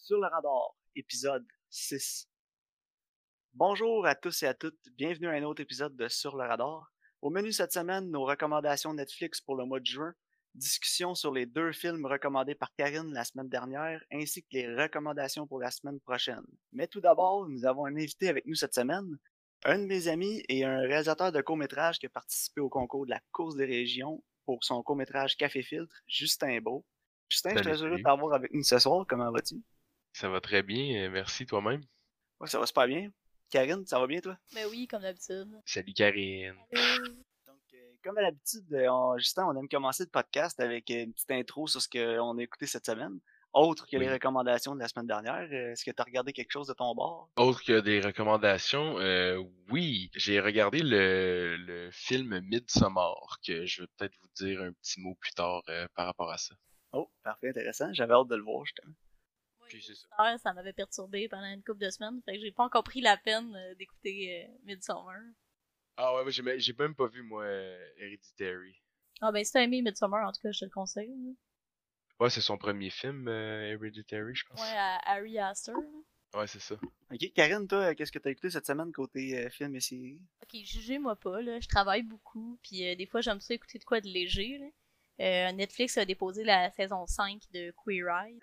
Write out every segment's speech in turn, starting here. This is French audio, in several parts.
Sur le radar, épisode 6. Bonjour à tous et à toutes, bienvenue à un autre épisode de Sur le radar. Au menu cette semaine, nos recommandations Netflix pour le mois de juin, discussion sur les 2 films recommandés par Karine la semaine dernière, ainsi que les recommandations pour la semaine prochaine. Mais tout d'abord, nous avons un invité avec nous cette semaine, un de mes amis et un réalisateur de court-métrage qui a participé au concours de la course des régions pour son court-métrage Café Filtre, Justin Beau. Justin, je suis Salut, très heureux de salut. t'avoir avec nous ce soir, comment vas-tu? Ça va très bien, merci toi-même. Ouais, ça va super bien. Karine, ça va bien toi? Ben oui, comme d'habitude. Salut Karine. Donc, comme à l'habitude, Justin, on aime commencer le podcast avec une petite intro sur ce qu'on a écouté cette semaine. Autre que les Oui. recommandations de la semaine dernière, est-ce que tu as regardé quelque chose de ton bord? Autre que des recommandations, oui, j'ai regardé le film Midsommar, que je vais peut-être vous dire un petit mot plus tard par rapport à ça. Oh, parfait, intéressant. J'avais hâte de le voir, justement. Moi, Puis c'est ça. ça m'avait perturbé pendant une couple de semaines, fait que j'ai pas encore pris la peine d'écouter Midsommar. Ah ouais, j'ai même pas vu, moi, Hereditary. Ah ben si t'as aimé Midsommar, en tout cas, je te le conseille. Là. Ouais, c'est son premier film, Hereditary, je pense. Ouais, à Harry Astor. Là. Ouais, c'est ça. Ok, Karine, toi, qu'est-ce que tu as écouté cette semaine côté film et séries? Ok, jugez-moi pas, là, je travaille beaucoup, puis des fois j'aime ça écouter de quoi de léger. Là. Netflix a déposé la saison 5 de Queer Eye.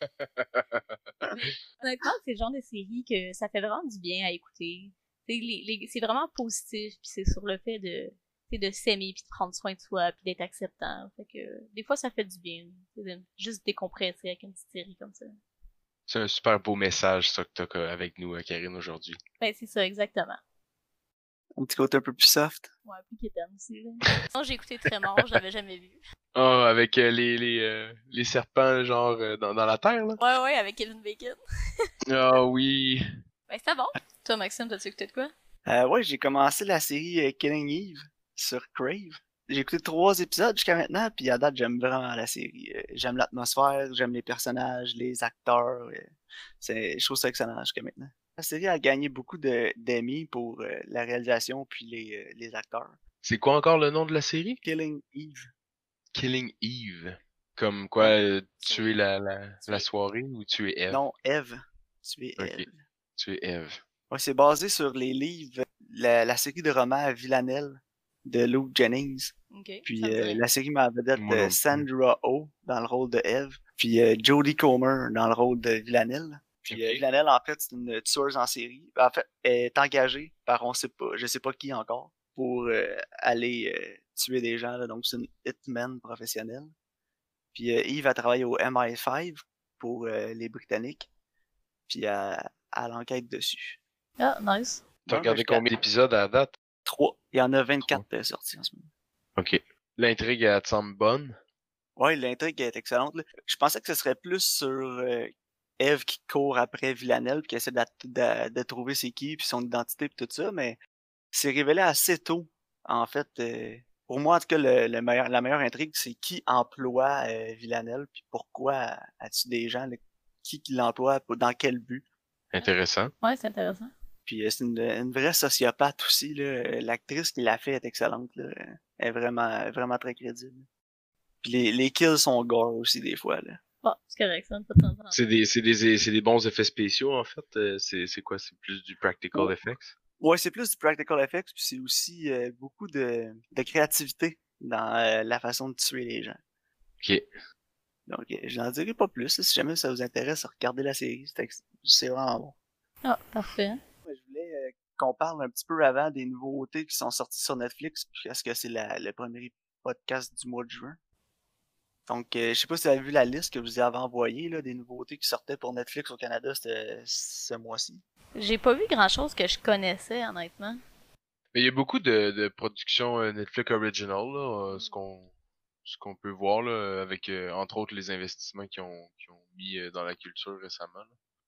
Honnêtement, c'est le genre de série que ça fait vraiment du bien à écouter. C'est vraiment positif, puis c'est sur le fait de s'aimer, puis de prendre soin de soi, puis d'être acceptant. Fait que des fois, ça fait du bien. De juste décompresser avec une petite série comme ça. C'est un super beau message, ça, que t'as avec nous, Karine, aujourd'hui. Ben, c'est ça, exactement. Un petit côté un peu plus soft. Ouais, plus qu'éterne aussi, là. Sinon, j'ai écouté Trémor, je l'avais jamais vu. Ah, avec les serpents, genre, dans la terre, là? Ouais, avec Kevin Bacon. Ah oui. Ben, c'est bon. Toi, Maxime, t'as-tu écouté de quoi? Ouais, j'ai commencé la série Killing Eve sur Crave. J'ai écouté 3 épisodes jusqu'à maintenant, puis à date, j'aime vraiment la série. J'aime l'atmosphère, j'aime les personnages, les acteurs. Je trouve ça excellent jusqu'à maintenant. La série a gagné beaucoup d'Emmy pour la réalisation puis les acteurs. C'est quoi encore le nom de la série? Killing Eve. Killing Eve. Comme quoi, Ouais. tuer la soirée ou tuer Eve? Non, Eve. Tu es Ok, Eve. tuer Eve. Ouais, c'est basé sur les livres, la série de romans Villanelle de Luke Jennings. Ok. Puis Ça me dit rien. la série met en vedette Moi non plus. Sandra Oh dans le rôle de Eve. Puis Jodie Comer dans le rôle de Villanelle. Puis Ok. Villanelle, en fait, c'est une tueuse en série. En fait, elle est engagée par on sait pas, je sais pas qui encore, pour aller tuer des gens. Là. Donc c'est une hitman professionnelle. Puis Eve a travaillé au MI5 pour les Britanniques. Puis elle enquête dessus. Ah, nice. T'as Donc, regardé jusqu'à combien d'épisodes à la date? 3. Il y en a 3. 24 sortis en ce moment. Ok. L'intrigue, elle te semble bonne? Ouais, l'intrigue est excellente. Là. Je pensais que ce serait plus sur Eve qui court après Villanelle puis qui essaie de trouver c'est qui puis son identité puis tout ça, mais c'est révélé assez tôt. En fait, pour moi, en tout cas, la meilleure intrigue, c'est qui emploie Villanelle puis pourquoi as-tu des gens, là, qui l'emploie, dans quel but. Intéressant. Ouais, c'est intéressant. Puis c'est une vraie sociopathe aussi. L'actrice qui l'a fait est excellente. Là. Elle est vraiment très crédible. Puis les kills sont gore aussi des fois. Là. Bon, c'est correct, ça, pas de temps en temps. C'est des bons effets spéciaux, en fait. C'est quoi? C'est plus du practical effects? Ouais, c'est plus du practical effects, puis c'est aussi beaucoup de créativité dans la façon de tuer les gens. Ok. Donc, je n'en dirai pas plus. Là, si jamais ça vous intéresse, regardez la série. C'est vraiment bon. Ah, parfait. Ouais, je voulais qu'on parle un petit peu avant des nouveautés qui sont sorties sur Netflix, parce que c'est le premier podcast du mois de juin. Donc, je sais pas si vous avez vu la liste que je vous avais envoyée là, des nouveautés qui sortaient pour Netflix au Canada ce mois-ci. J'ai pas vu grand-chose que je connaissais, honnêtement. Mais il y a beaucoup de productions Netflix original, là, ce qu'on peut voir là, avec entre autres les investissements qu'ils ont mis dans la culture récemment.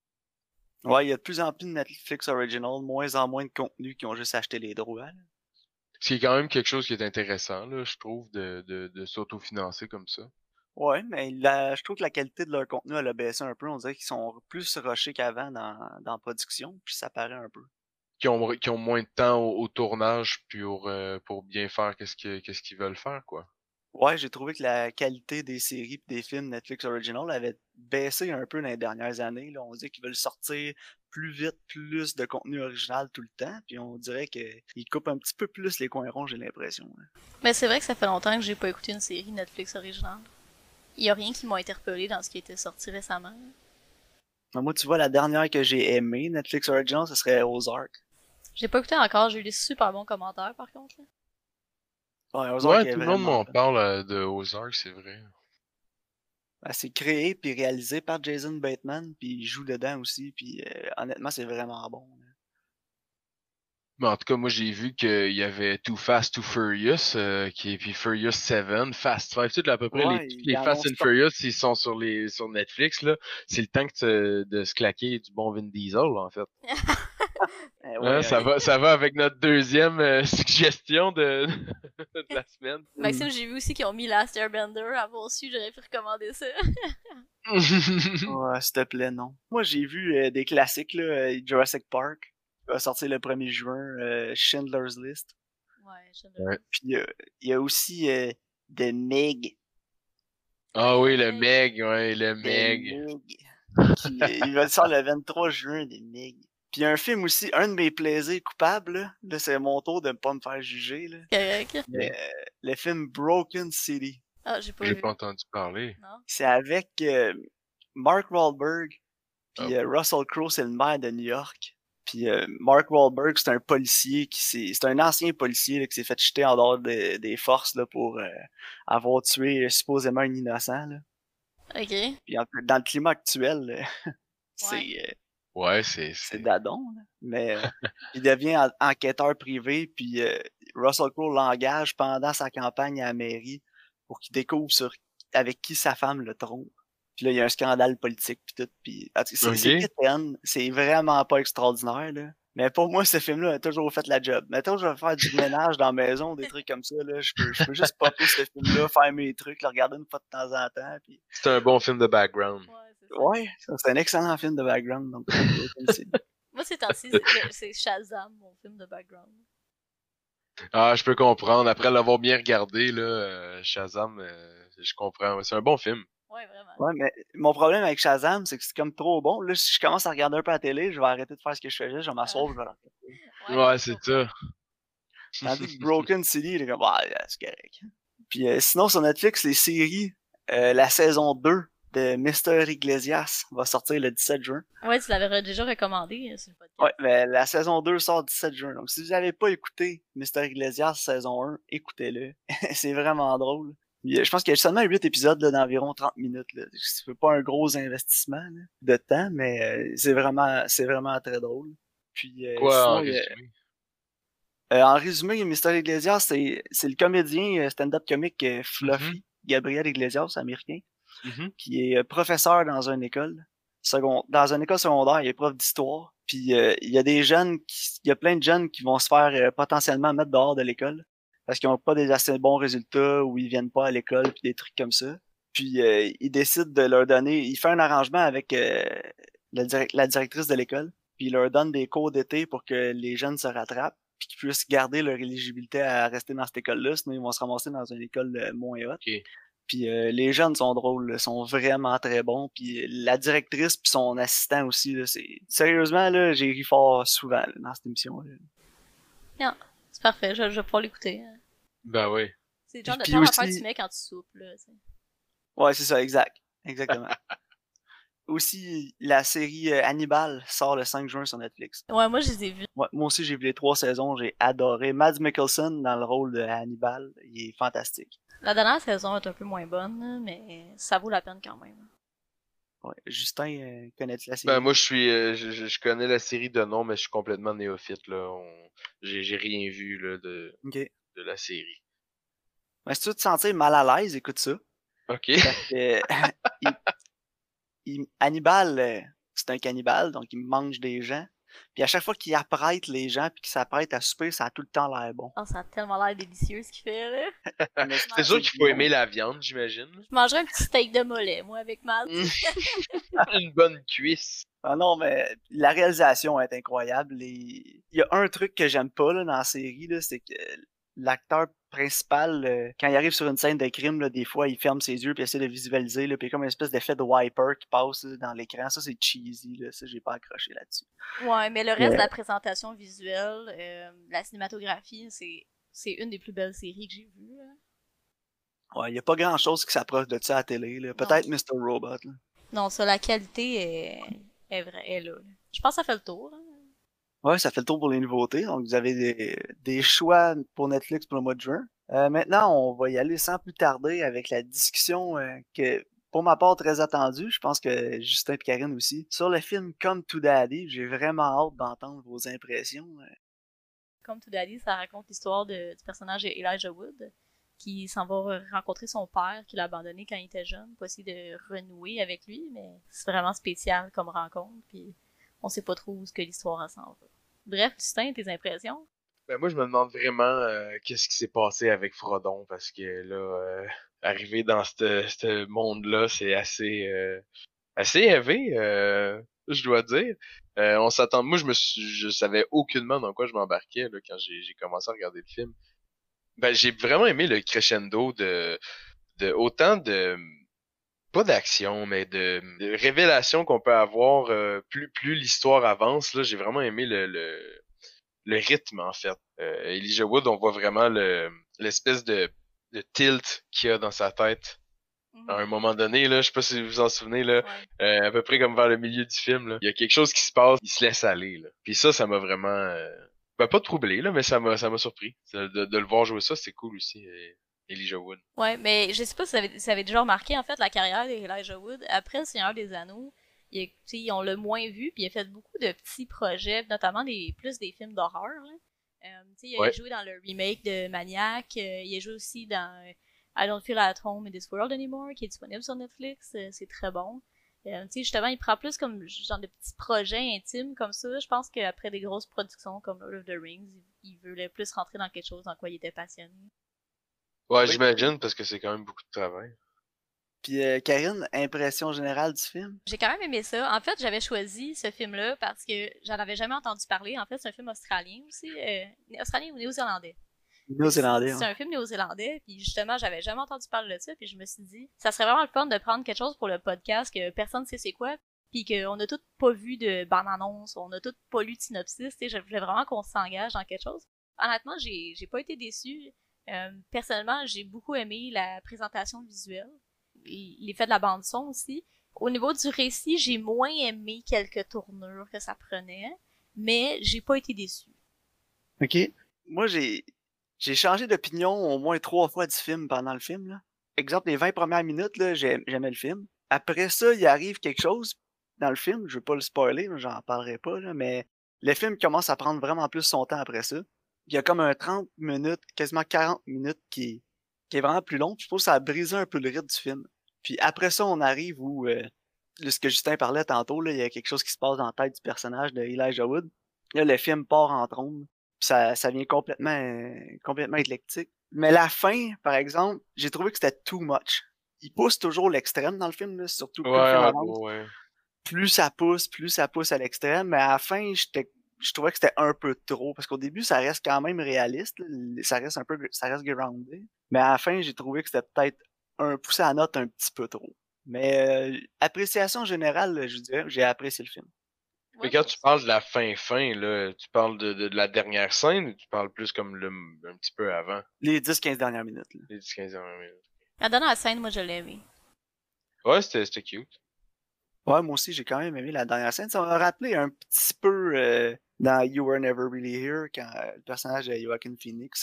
Là. Ouais, il y a de plus en plus de Netflix Original, moins en moins de contenus qui ont juste acheté les droits. Là. Ce qui est quand même quelque chose qui est intéressant, là, je trouve, de s'autofinancer comme ça. Ouais, mais je trouve que la qualité de leur contenu, elle a baissé un peu. On dirait qu'ils sont plus rushés qu'avant dans la production, puis ça paraît un peu. Qui ont moins de temps au tournage pour bien faire qu'est-ce qu'ils veulent faire, quoi. Ouais, j'ai trouvé que la qualité des séries et des films Netflix Original avait baissé un peu dans les dernières années. Là. On dit qu'ils veulent sortir plus vite, plus de contenu original tout le temps, puis on dirait qu'ils coupent un petit peu plus les coins ronds, j'ai l'impression. Hein. Mais c'est vrai que ça fait longtemps que j'ai pas écouté une série Netflix originale. Il y a rien qui m'a interpellé dans ce qui a été sorti récemment. Moi, tu vois, la dernière que j'ai aimée, Netflix Original, ce serait Ozark. J'ai pas écouté encore, j'ai eu des super bons commentaires par contre. Là. Ouais, Ozark Ouais, est tout le monde vraiment... m'en parle de Ozark, c'est vrai. C'est créé puis réalisé par Jason Bateman, puis il joue dedans aussi, puis honnêtement, c'est vraiment bon. Là. Mais en tout cas, moi j'ai vu qu'il y avait Too Fast, Too Furious, puis Furious 7, Fast 5, à peu près Ouais, toutes ils les en ont Fast and Furious, ils sont sur Netflix, là. C'est le temps de se claquer du bon Vin Diesel, là, en fait. Hein, ouais, ça va avec notre deuxième suggestion de la semaine. Maxime, j'ai vu aussi qu'ils ont mis Last Airbender. Avoir su, j'aurais pu recommander ça. Ouais, s'il te plaît, non. Moi, j'ai vu des classiques, là, Jurassic Park, qui va sortir le 1er juin, Schindler's List. Ouais, je Ouais. Puis il y a aussi The Meg. Ah oui, le Meg. Meg, ouais, le The Meg. Meg. Il va sortir le 23 juin, The Meg. Puis il y a un film aussi, un de mes plaisirs coupables, là c'est mon tour de ne pas me faire juger, là. Correct. Mais, le film Broken City. Ah, j'ai pas J'ai vu. pas entendu parler. Non? C'est avec Mark Wahlberg, puis Ah. Russell Crowe, c'est le maire de New York. Puis Mark Wahlberg, c'est un policier c'est un ancien policier là, qui s'est fait jeter en dehors des forces là, pour avoir tué supposément un innocent. Là. Ok. Puis dans le climat actuel, c'est Ouais. Ouais, c'est dadon. Là. Mais il devient enquêteur privé, puis Russell Crowe l'engage pendant sa campagne à la mairie pour qu'il découvre avec qui sa femme le trompe. Puis là, il y a un scandale politique puis tout. Puis, c'est quétaine, c'est vraiment pas extraordinaire, là. Mais pour moi, ce film-là a toujours fait la job. Mettons, je vais faire du ménage dans la maison, des trucs comme ça, là. Je peux juste popper ce film-là, faire mes trucs, le regarder une fois de temps en temps. Puis... C'est un bon film de background. Ouais, c'est ça. Ouais, c'est un excellent film de background. Donc, Moi, ces temps-ci, c'est Shazam, mon film de background. Ah, je peux comprendre. Après l'avoir bien regardé, là, Shazam, je comprends. Ouais, c'est un bon film. Ouais, vraiment. Ouais, mais mon problème avec Shazam, c'est que c'est comme trop bon. Là, si je commence à regarder un peu la télé, je vais arrêter de faire ce que je faisais, je vais m'asseoir, je vais le regarder. Ouais, c'est ça. Tandis que Broken City, il est comme, ouais, c'est correct. Puis sinon, sur Netflix, les séries, la saison 2 de Mister Iglesias va sortir le 17 juin. Ouais, tu l'avais déjà recommandé sur le podcast. Ouais, mais la saison 2 sort le 17 juin. Donc, si vous n'avez pas écouté Mister Iglesias saison 1, écoutez-le. C'est vraiment drôle. Puis, je pense qu'il y a seulement 8 épisodes là, d'environ 30 minutes. Là. C'est pas un gros investissement là, de temps, mais c'est vraiment très drôle. Puis, Quoi, sinon, en résumé? En résumé, Mister Iglesias, c'est le comédien stand-up comique Fluffy, Gabriel Iglesias, américain, qui est professeur dans une école secondaire, il est prof d'histoire. Puis il y a il y a plein de jeunes qui vont se faire potentiellement mettre dehors de l'école parce qu'ils n'ont pas des assez bons résultats ou ils viennent pas à l'école puis des trucs comme ça. Puis il décide de leur donner, il fait un arrangement avec la directrice de l'école, puis il leur donne des cours d'été pour que les jeunes se rattrapent puis qu'ils puissent garder leur éligibilité à rester dans cette école-là, sinon ils vont se ramasser dans une école moins haute. Okay. Puis les jeunes sont drôles, sont vraiment très bons. Puis la directrice puis son assistant aussi, là, sérieusement, là, j'ai ri fort souvent là, dans cette émission-là. Non, c'est parfait, je vais pouvoir l'écouter. Ben oui. C'est le genre puis de aussi... affaire que tu mets quand tu soupes, là. T'sais. Ouais, c'est ça, exactement. Aussi, la série Hannibal sort le 5 juin sur Netflix. Ouais, moi, je les ai vus. Ouais, moi aussi, j'ai vu les 3 saisons, j'ai adoré. Mads Mikkelsen dans le rôle de Hannibal, il est fantastique. La dernière saison est un peu moins bonne, mais ça vaut la peine quand même. Ouais. Justin, connais-tu la série? Ben moi, je connais la série de nom, mais je suis complètement néophyte, là. J'ai rien vu, là, de la série. Ben, si tu veux te sentir mal à l'aise, écoute ça. OK. Parce que Hannibal, c'est un cannibale, donc il mange des gens. Puis à chaque fois qu'il apprête les gens puis qu'il s'apprête à souper, ça a tout le temps l'air bon. Oh, ça a tellement l'air délicieux ce qu'il fait, là. C'est sûr qu'il faut aimer la viande, j'imagine. Je mangerais un petit steak de mollet, moi, avec Matt. Une bonne cuisse. Ah non, mais la réalisation est incroyable. Il y a un truc que j'aime pas là, dans la série, là, c'est que l'acteur principal, quand il arrive sur une scène de crime, là, des fois, il ferme ses yeux puis essaie de visualiser, là, puis il y a comme une espèce d'effet de wiper qui passe là, dans l'écran. Ça, c'est cheesy, là. Ça, j'ai pas accroché là-dessus. Ouais, mais le reste de la présentation visuelle, la cinématographie, c'est une des plus belles séries que j'ai vues. Là. Ouais, il y a pas grand-chose qui s'approche de ça à la télé, là. Peut-être Mr. Robot, là. Non, ça, la qualité est vraie, est là. Je pense que ça fait le tour. Hein. Ouais, ça fait le tour pour les nouveautés. Donc, vous avez des choix pour Netflix pour le mois de juin. Maintenant, on va y aller sans plus tarder avec la discussion que, pour ma part, très attendue. Je pense que Justin et Karine aussi. Sur le film Come to Daddy, j'ai vraiment hâte d'entendre vos impressions. Come to Daddy, ça raconte l'histoire du personnage Elijah Wood qui s'en va rencontrer son père qui l'a abandonné quand il était jeune pour essayer de renouer avec lui, mais c'est vraiment spécial comme rencontre, puis on sait pas trop où ce que l'histoire s'en va. Bref, Justin, tes impressions? Ben moi, je me demande vraiment qu'est-ce qui s'est passé avec Frodon, parce que là, arriver dans ce monde-là, c'est assez élevé, je dois dire. On s'attend. Moi, je savais aucunement dans quoi je m'embarquais là, quand j'ai commencé à regarder le film. Ben, j'ai vraiment aimé le crescendo de autant de pas d'action, mais de révélations qu'on peut avoir plus l'histoire avance. Là, j'ai vraiment aimé le rythme en fait. Elijah Wood, on voit vraiment l'espèce de tilt qu'il y a dans sa tête. À un moment donné, là, je sais pas si vous vous en souvenez, là, à peu près comme vers le milieu du film, là, il y a quelque chose qui se passe, il se laisse aller, là. Puis ça m'a vraiment, ben, pas troublé, là, mais ça m'a surpris. De le voir jouer ça, c'est cool aussi, Elijah Wood. Ouais, mais je sais pas si vous avez déjà remarqué, en fait, la carrière d'Elijah Wood. Après Le Seigneur des Anneaux, on l'a moins vu, puis il a fait beaucoup de petits projets, notamment plus des films d'horreur, là. Il a joué dans le remake de Maniac, il a joué aussi dans I Don't Feel at Home in This World Anymore, qui est disponible sur Netflix, c'est très bon. Justement, il prend plus comme genre de petits projets intimes comme ça. Je pense qu'après des grosses productions comme Lord of the Rings, il voulait plus rentrer dans quelque chose dans quoi il était passionné. Ouais, j'imagine, parce que c'est quand même beaucoup de travail. Puis Karine, impression générale du film? J'ai quand même aimé ça. En fait, j'avais choisi ce film-là parce que j'en avais jamais entendu parler. En fait, c'est un film australien aussi. Australien ou néo-zélandais? Néo-zélandais. C'est un film néo-zélandais, puis justement, j'avais jamais entendu parler de ça, puis je me suis dit, ça serait vraiment le fun de prendre quelque chose pour le podcast que personne ne sait c'est quoi, puis qu'on a tous pas vu de bande-annonce, on a tous pas lu de synopsis, tu sais, je voulais vraiment qu'on s'engage dans quelque chose. Honnêtement, j'ai pas été déçue. Personnellement, j'ai beaucoup aimé la présentation visuelle, l'effet de la bande-son aussi. Au niveau du récit, j'ai moins aimé quelques tournures que ça prenait, mais j'ai pas été déçue. Ok. Moi, j'ai changé d'opinion au moins 3 fois du film pendant le film. Là. Exemple, les 20 premières minutes, là, j'aimais le film. Après ça, il arrive quelque chose dans le film. Je veux pas le spoiler, j'en parlerai pas, là, mais le film commence à prendre vraiment plus son temps après ça. Il y a comme un 30 minutes, quasiment 40 minutes qui est vraiment plus long. Je trouve que ça a brisé un peu le rythme du film. Puis après ça, on arrive où, ce que Justin parlait tantôt, là, il y a quelque chose qui se passe dans la tête du personnage de Elijah Wood. Là, le film part en trombe. Ça vient complètement éclectique. Mais la fin, par exemple, j'ai trouvé que c'était too much. Il pousse toujours l'extrême dans le film, là, surtout plus le film avance. Plus ça pousse à l'extrême, mais à la fin, je trouvais que c'était un peu trop, parce qu'au début, ça reste quand même réaliste, là, ça reste groundé. Mais à la fin, j'ai trouvé que c'était peut-être poussé à la note un petit peu trop. Mais appréciation générale, là, je dirais, j'ai apprécié le film. Mais quand tu parles de la fin, là, tu parles de la dernière scène ou tu parles plus comme un petit peu avant? Les 10-15 dernières minutes. Là. Les 10-15 dernières minutes. La dernière scène, moi, je l'ai aimée. Ouais, c'était cute. Ouais, moi aussi, j'ai quand même aimé la dernière scène. Ça m'a rappelé un petit peu dans You Were Never Really Here, quand le personnage de Joaquin Phoenix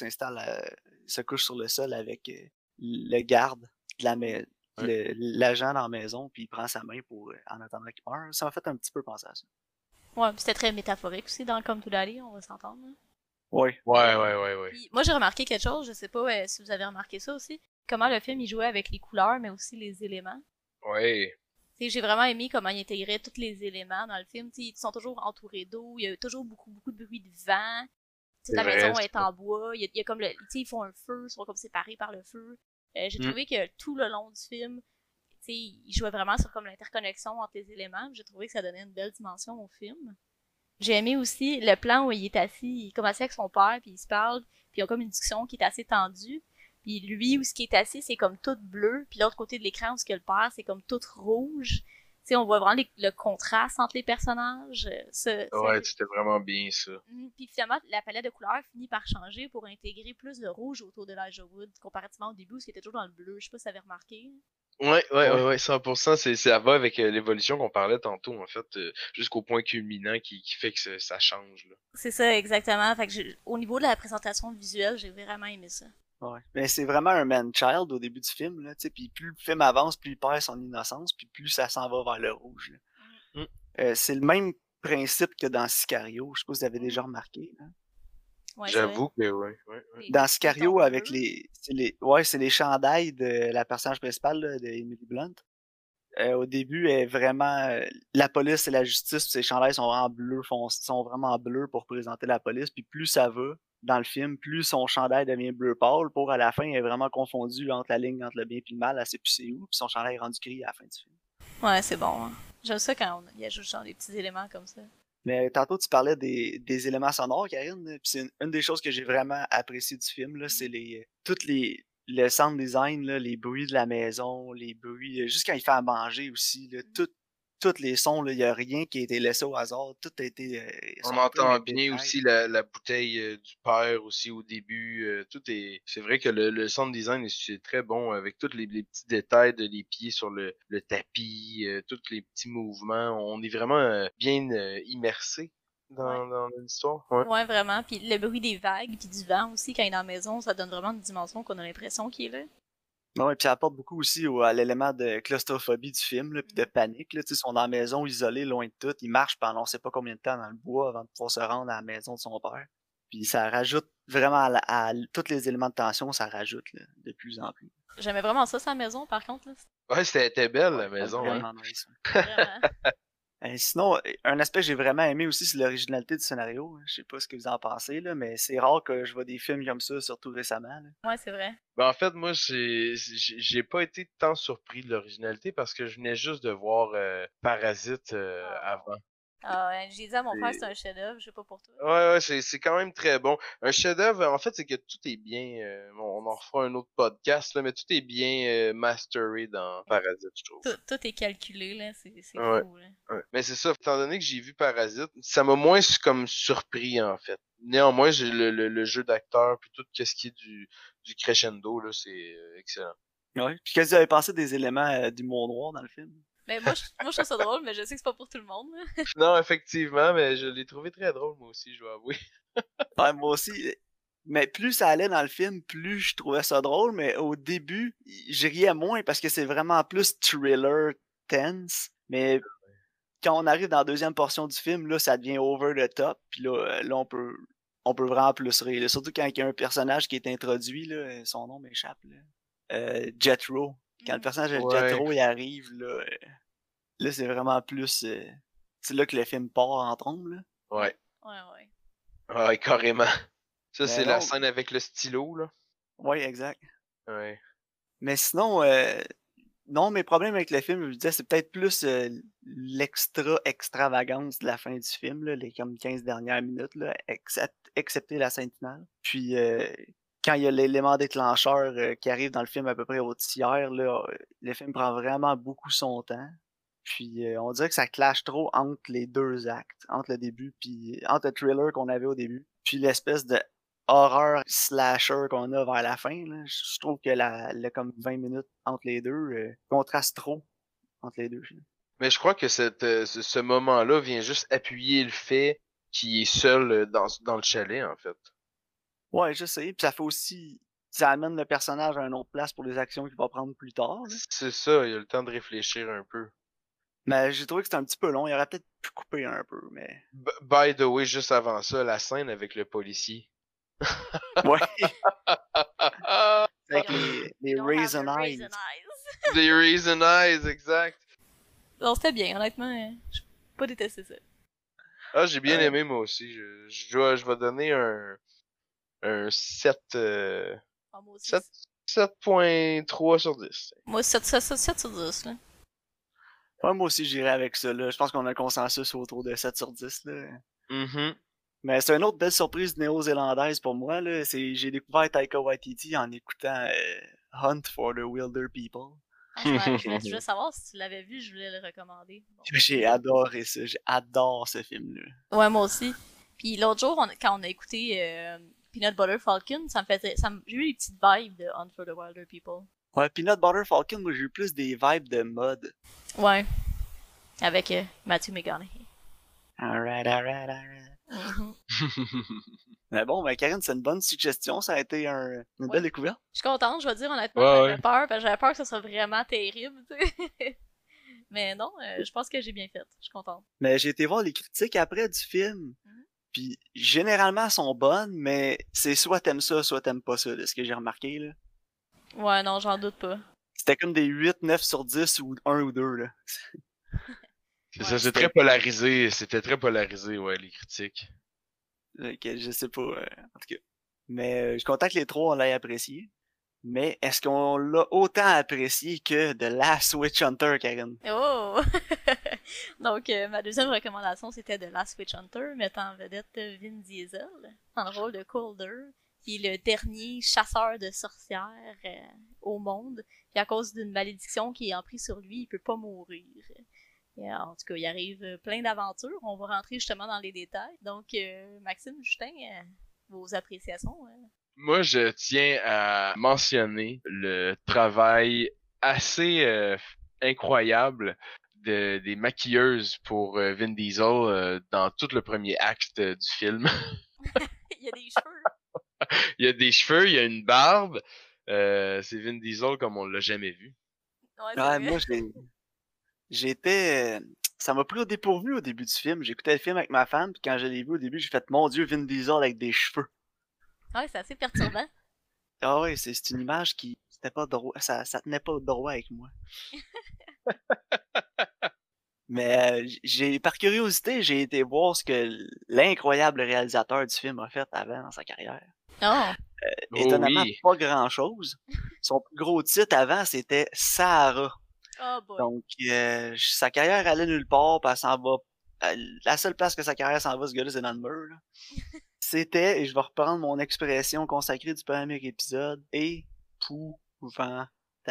se couche sur le sol avec le garde de l'agent dans la maison, puis il prend sa main en attendant qu'il meure. Ça m'a fait un petit peu penser à ça. Ouais, c'était très métaphorique aussi dans Come to Daddy, on va s'entendre. Hein. Ouais. Ouais. Puis, moi, j'ai remarqué quelque chose, je sais pas si vous avez remarqué ça aussi, comment le film il jouait avec les couleurs, mais aussi les éléments. Ouais. T'sais, j'ai vraiment aimé comment il intégrait tous les éléments dans le film. T'sais, ils sont toujours entourés d'eau, il y a toujours beaucoup de bruit de vent. La maison est en bois, il y a comme ils font un feu, ils sont comme séparés par le feu. J'ai trouvé que tout le long du film, il jouait vraiment sur comme l'interconnexion entre les éléments. J'ai trouvé que ça donnait une belle dimension au film. J'ai aimé aussi le plan où il est assis, il commençait avec son père, puis il se parle, puis ils ont comme une discussion qui est assez tendue. Puis lui, où ce qui est assis, c'est comme tout bleu, puis l'autre côté de l'écran, où ce que le père, c'est comme tout rouge. Tu sais, on voit vraiment le contraste entre les personnages. Ouais, c'était vraiment bien ça. Puis finalement, la palette de couleurs finit par changer pour intégrer plus de rouge autour de l'Elijah Wood, comparativement au début où c'était toujours dans le bleu. Je sais pas si vous avez remarqué. Ouais, 100%, ça va avec l'évolution qu'on parlait tantôt, en fait, jusqu'au point culminant qui fait que ça change, là. C'est ça, exactement. Fait que au niveau de la présentation visuelle, j'ai vraiment aimé ça. Ouais. Mais c'est vraiment un man-child au début du film, là, tu sais, puis plus le film avance, plus il perd son innocence, puis plus ça s'en va vers le rouge. C'est le même principe que dans Sicario, je sais pas si vous avez déjà remarqué. Là. Ouais, j'avoue que ouais. Dans Sicario, avec c'est les chandails de la personnage principale là, de Emily Blunt. Au début, elle est vraiment la police et la justice, pis ces chandails sont vraiment bleus, sont vraiment bleus pour présenter la police. Puis plus ça va dans le film, plus son chandail devient bleu pâle. Pour à la fin, elle est vraiment confondue entre la ligne entre le bien et le mal. Elle sait plus c'est où. Puis son chandail est rendu gris à la fin du film. Ouais, c'est bon. Hein. J'aime ça quand il ajoute genre des petits éléments comme ça. Mais tantôt, tu parlais des éléments sonores, Karine. Puis c'est une des choses que j'ai vraiment apprécié du film. Là, c'est le sound design, là, les bruits de la maison, les bruits, juste quand il fait à manger aussi, là, tous les sons, il n'y a rien qui a été laissé au hasard. Tout a été. On entend bien aussi la bouteille du père aussi au début. C'est vrai que le sound design c'est très bon avec tous les petits détails de les pieds sur le tapis, tous les petits mouvements. On est vraiment bien immersé dans l'histoire. Ouais, vraiment. Puis le bruit des vagues, puis du vent aussi quand il est dans la maison, ça donne vraiment une dimension qu'on a l'impression qu'il est là. Ouais, puis ça apporte beaucoup aussi à l'élément de claustrophobie du film, là, puis de panique. Là, ils sont dans la maison, isolés, loin de tout. Ils marchent pendant on sait pas combien de temps dans le bois avant de pouvoir se rendre à la maison de son père. Puis ça rajoute vraiment à tous les éléments de tension, ça rajoute là, de plus en plus. J'aimais vraiment ça, sa maison, par contre. Là. Ouais, c'était belle, la maison. Vraiment nice. Vraiment. Sinon, un aspect que j'ai vraiment aimé aussi, c'est l'originalité du scénario. Je sais pas ce que vous en pensez, là, mais c'est rare que je vois des films comme ça, surtout récemment. Là. Ouais, c'est vrai. Ben, en fait, moi, j'ai pas été tant surpris de l'originalité parce que je venais juste de voir Parasite avant. Ah ouais, j'ai dit à mon frère que c'est un chef-d'œuvre, je sais pas pour toi. Ouais, c'est quand même très bon. Un chef-d'œuvre, en fait, c'est que tout est bien. On en refera un autre podcast, là, mais tout est bien masteré dans Parasite, je trouve. Tout est calculé, là, c'est Ouais. fou, là. Ouais. Mais c'est ça, étant donné que j'ai vu Parasite, ça m'a moins comme surpris, en fait. Néanmoins, j'ai le jeu d'acteur, puis tout ce qui est du crescendo, là, c'est excellent. Ouais. Puis qu'est-ce que vous avez pensé des éléments d'humour noir dans le film? Mais moi, je trouve ça drôle, mais je sais que c'est pas pour tout le monde. Là. Non, effectivement, mais je l'ai trouvé très drôle, moi aussi, je dois avouer. Ouais, moi aussi. Mais plus ça allait dans le film, plus je trouvais ça drôle. Mais au début, je riais moins parce que c'est vraiment plus thriller, tense. Mais quand on arrive dans la deuxième portion du film, là, ça devient over the top. Puis là, on peut vraiment plus rire. Là. Surtout quand il y a un personnage qui est introduit, là, son nom m'échappe. Jethro. Quand le personnage de Jethro il arrive, là c'est vraiment plus. C'est là que le film part en trombe. Là. Ouais. Ouais, carrément. Ça, Mais c'est la scène avec le stylo, là. Ouais, exact. Ouais. Mais sinon, non, mes problèmes avec le film, je disais, c'est peut-être plus l'extra-extravagance de la fin du film, là, les comme 15 dernières minutes, là, excepté la scène finale. Puis, quand il y a l'élément déclencheur qui arrive dans le film à peu près au tiers, là, le film prend vraiment beaucoup son temps. Puis, on dirait que ça clash trop entre les deux actes, entre le début, puis entre le thriller qu'on avait au début, puis l'espèce de horreur slasher qu'on a vers la fin. Là. Je trouve que le comme 20 minutes entre les deux contraste trop entre les deux. Mais je crois que ce moment-là vient juste appuyer le fait qu'il est seul dans le chalet, en fait. Ouais, je sais. Puis ça fait aussi... Ça amène le personnage à une autre place pour les actions qu'il va prendre plus tard. Là. C'est ça, il a le temps de réfléchir un peu. Mais j'ai trouvé que c'était un petit peu long. Il aurait peut-être pu couper un peu, mais... By the way, juste avant ça, la scène avec le policier. Ouais. Avec les Raisin Eyes. Les Raisin Eyes, exact. Non, c'était bien, honnêtement. J'ai pas détesté ça. Ah, j'ai bien aimé, moi aussi. Je vais donner un 7... 7.3 sur 10. Moi, 7 sur 10, là. Ouais, moi aussi, j'irais avec ça, là. Je pense qu'on a un consensus autour de 7 sur 10, là. Mhm. Mais c'est une autre belle surprise néo-zélandaise pour moi, là. J'ai découvert Taika Waititi en écoutant Hunt for the Wilder People. Ah, je voulais savoir si tu l'avais vu, je voulais le recommander. Bon. J'ai adoré ça, j'adore ce film-là. Ouais, moi aussi. Puis l'autre jour, quand on a écouté Peanut Butter Falcon, j'ai eu les petites vibes de Hunt for the Wilder People. Ouais, Peanut Butter Falcon, moi j'ai eu plus des vibes de mode. Ouais. Avec Matthew McConaughey. Alright. Mhm. Mais bon, Karine, c'est une bonne suggestion, ça a été une belle découverte. Je suis contente, je vais dire honnêtement, Ouais, j'avais peur que ce soit vraiment terrible, tu sais. Mais non, je pense que j'ai bien fait, je suis contente. Mais j'ai été voir les critiques après du film. Puis généralement, elles sont bonnes, mais c'est soit t'aimes ça, soit t'aimes pas ça, de ce que j'ai remarqué, là. Ouais, non, j'en doute pas. C'était comme des 8, 9 sur 10 ou 1 ou 2, là. C'est ça, c'est très polarisé. C'était très polarisé, ouais, les critiques. Je sais pas, en tout cas. Mais je suis content que les trois, on l'ait apprécié. Mais est-ce qu'on l'a autant apprécié que The Last Witch Hunter, Karine? Oh! Donc, ma deuxième recommandation, c'était The Last Witch Hunter, mettant en vedette Vin Diesel, dans le rôle de Calder, qui est le dernier chasseur de sorcières au monde. Puis à cause d'une malédiction qui est emprise sur lui, il peut pas mourir. Et, en tout cas, il arrive plein d'aventures. On va rentrer justement dans les détails. Donc, Maxime, Justin, vos appréciations? Moi, je tiens à mentionner le travail assez incroyable des maquilleuses pour Vin Diesel dans tout le premier acte du film. Il y a des cheveux. Il y a des cheveux, il y a une barbe. C'est Vin Diesel comme on l'a jamais vu. Ouais, Moi, j'étais... Ça m'a pris au dépourvu au début du film. J'écoutais le film avec ma femme, puis quand je l'ai vu au début, j'ai fait « Mon Dieu, Vin Diesel avec des cheveux! » Ouais, c'est assez perturbant. Ah ouais, c'est une image qui... C'était pas droit, ça tenait pas droit avec moi. Mais par curiosité, j'ai été voir ce que l'incroyable réalisateur du film a fait avant dans sa carrière. Oh! Étonnamment, oui. pas grand-chose. Son plus gros titre avant, c'était Sahara. Oh boy! Donc, sa carrière allait nulle part, puis elle s'en va... la seule place que sa carrière s'en va, ce gars-là, c'est dans le mur. Là. C'était, et je vais reprendre mon expression consacrée du premier épisode, épouvantable.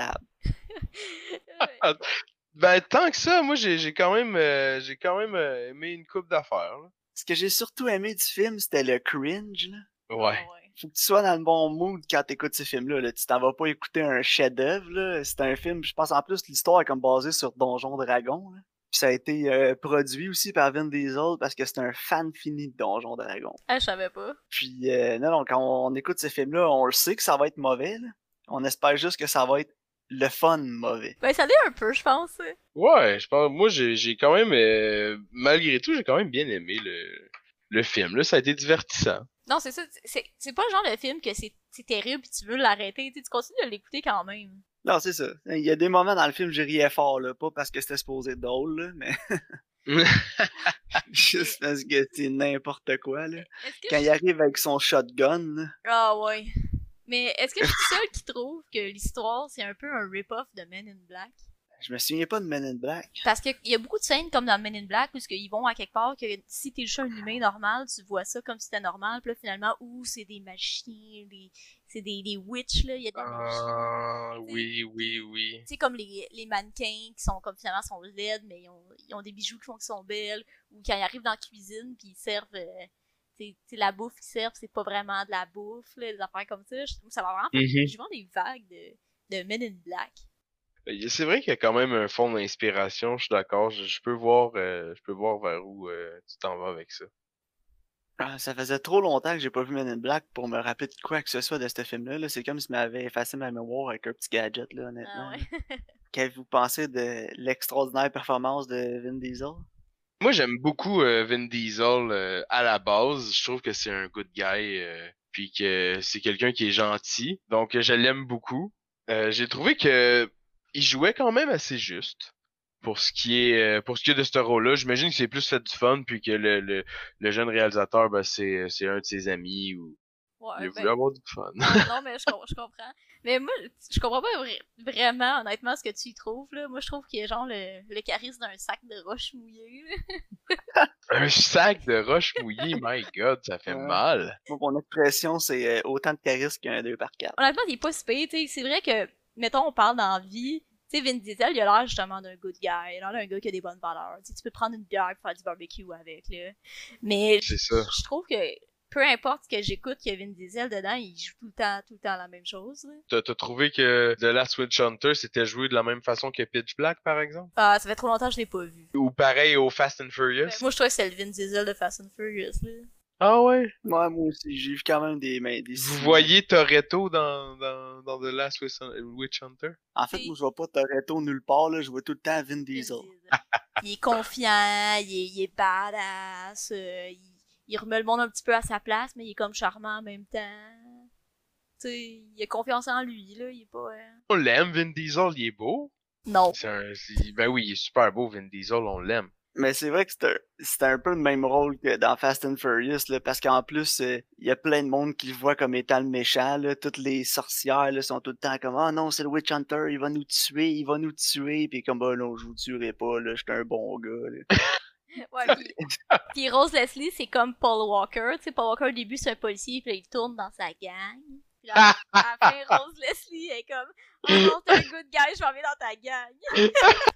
Ben tant que ça, moi j'ai quand même aimé une coupe d'affaires. Là. Ce que j'ai surtout aimé du film, c'était le cringe. Là. Ouais. Oh, ouais. Faut que tu sois dans le bon mood quand t'écoutes ce film-là. Là. Tu t'en vas pas écouter un chef-d'œuvre. Là. C'est un film, je pense en plus l'histoire est comme basée sur Donjon Dragon. Là. Puis ça a été produit aussi par Vin Diesel parce que c'est un fan fini de Donjon Dragon. Ah, je savais pas. Puis non, quand on écoute ce film-là, on le sait que ça va être mauvais. Là. On espère juste que ça va être le fun mauvais. Ben, ça l'est un peu, je pense. Ouais, je pense. Moi j'ai quand même malgré tout, j'ai quand même bien aimé le film. Là, ça a été divertissant. Non, c'est ça. C'est pas le genre de film que c'est terrible pis tu veux l'arrêter. Tu continues de l'écouter quand même. Non, c'est ça. Il y a des moments dans le film, j'ai riais fort, là. Pas parce que c'était supposé être drôle, là, mais... Juste parce que c'est n'importe quoi, là. Quand il arrive avec son shotgun, là. Ah ouais. Mais est-ce que je suis seule qui trouve que l'histoire, c'est un peu un rip-off de Men in Black? Je me souviens pas de Men in Black. Parce qu'il y a beaucoup de scènes comme dans Men in Black où ils vont à quelque part que si t'es juste un humain normal, tu vois ça comme si c'était normal, puis là finalement, c'est des machines, c'est des witches, là, il y a de la magie. Oui. Tu sais, comme les mannequins qui sont comme finalement sont laides, mais ils ont des bijoux qui font qu'ils sont belles, ou quand ils arrivent dans la cuisine, puis ils servent... t'sais, la bouffe qu'ils servent, c'est pas vraiment de la bouffe, là, des affaires comme ça. Je trouve que ça va vraiment j'ai vraiment des vagues de Men in Black. C'est vrai qu'il y a quand même un fond d'inspiration, je suis d'accord. Je peux voir vers où tu t'en vas avec ça. Ça faisait trop longtemps que j'ai pas vu Men in Black pour me rappeler de quoi que ce soit de ce film-là. Là. C'est comme si m'avait effacé ma mémoire avec un petit gadget, là, honnêtement. Ah ouais. Qu'avez-vous pensé de l'extraordinaire performance de Vin Diesel? Moi, j'aime beaucoup Vin Diesel à la base. Je trouve que c'est un good guy, puis que c'est quelqu'un qui est gentil. Donc, je l'aime beaucoup. J'ai trouvé que il jouait quand même assez juste pour ce qui est de ce rôle-là. J'imagine que c'est plus fait du fun, puis que le jeune réalisateur, ben, c'est un de ses amis ou Ouais, Il a voulu avoir du fun. non, mais je comprends. Mais moi, je comprends pas vraiment, honnêtement, ce que tu y trouves, là. Moi, je trouve qu'il y a genre le charisme d'un sac de roche mouillée, là. Un sac de roche mouillée, my god, ça fait mal. Moi, mon expression, c'est autant de charisme qu'un 2x4. Honnêtement, il est pas si pire, tu sais. C'est vrai que, mettons, on parle dans la vie. Tu sais, Vin Diesel, il a l'air justement d'un good guy. Il a l'air d'un gars qui a des bonnes valeurs. Tu sais, tu peux prendre une bière et faire du barbecue avec, là. Mais C'est ça. je trouve que peu importe ce que j'écoute qu'il y a Vin Diesel dedans, il joue tout le temps la même chose, là. T'as trouvé que The Last Witch Hunter c'était joué de la même façon que Pitch Black, par exemple? Ah, ça fait trop longtemps que je l'ai pas vu. Ou pareil au Fast and Furious? Ben, moi, je trouve que c'est le Vin Diesel de Fast and Furious, là. Ah ouais? Ouais, moi aussi, j'ai vu quand même des Vous voyez Toretto dans The Last Witch Hunter? En fait, moi, je vois pas Toretto nulle part, là. Je vois tout le temps Vin Diesel. Il est confiant, il est badass, il remet le monde un petit peu à sa place, mais il est comme charmant en même temps. Tu sais, il a confiance en lui, là, il est pas... On l'aime, Vin Diesel, il est beau. Non. Ben oui, il est super beau, Vin Diesel, on l'aime. Mais c'est vrai que c'était un peu le même rôle que dans Fast and Furious, là, parce qu'en plus, il y a plein de monde qui le voit comme étant le méchant, là. Toutes les sorcières, là, sont tout le temps comme « Ah non, c'est le Witch Hunter, il va nous tuer, pis comme « Ah non, je vous tuerai pas, là, j'étais un bon gars, là. » Ouais, pis Rose Leslie, c'est comme Paul Walker. Tu sais, Paul Walker, au début, c'est un policier, puis là, il tourne dans sa gang. Puis là, à la fin, Rose Leslie est comme « Oh non, t'es un good guy, je m'en vais dans ta gang. »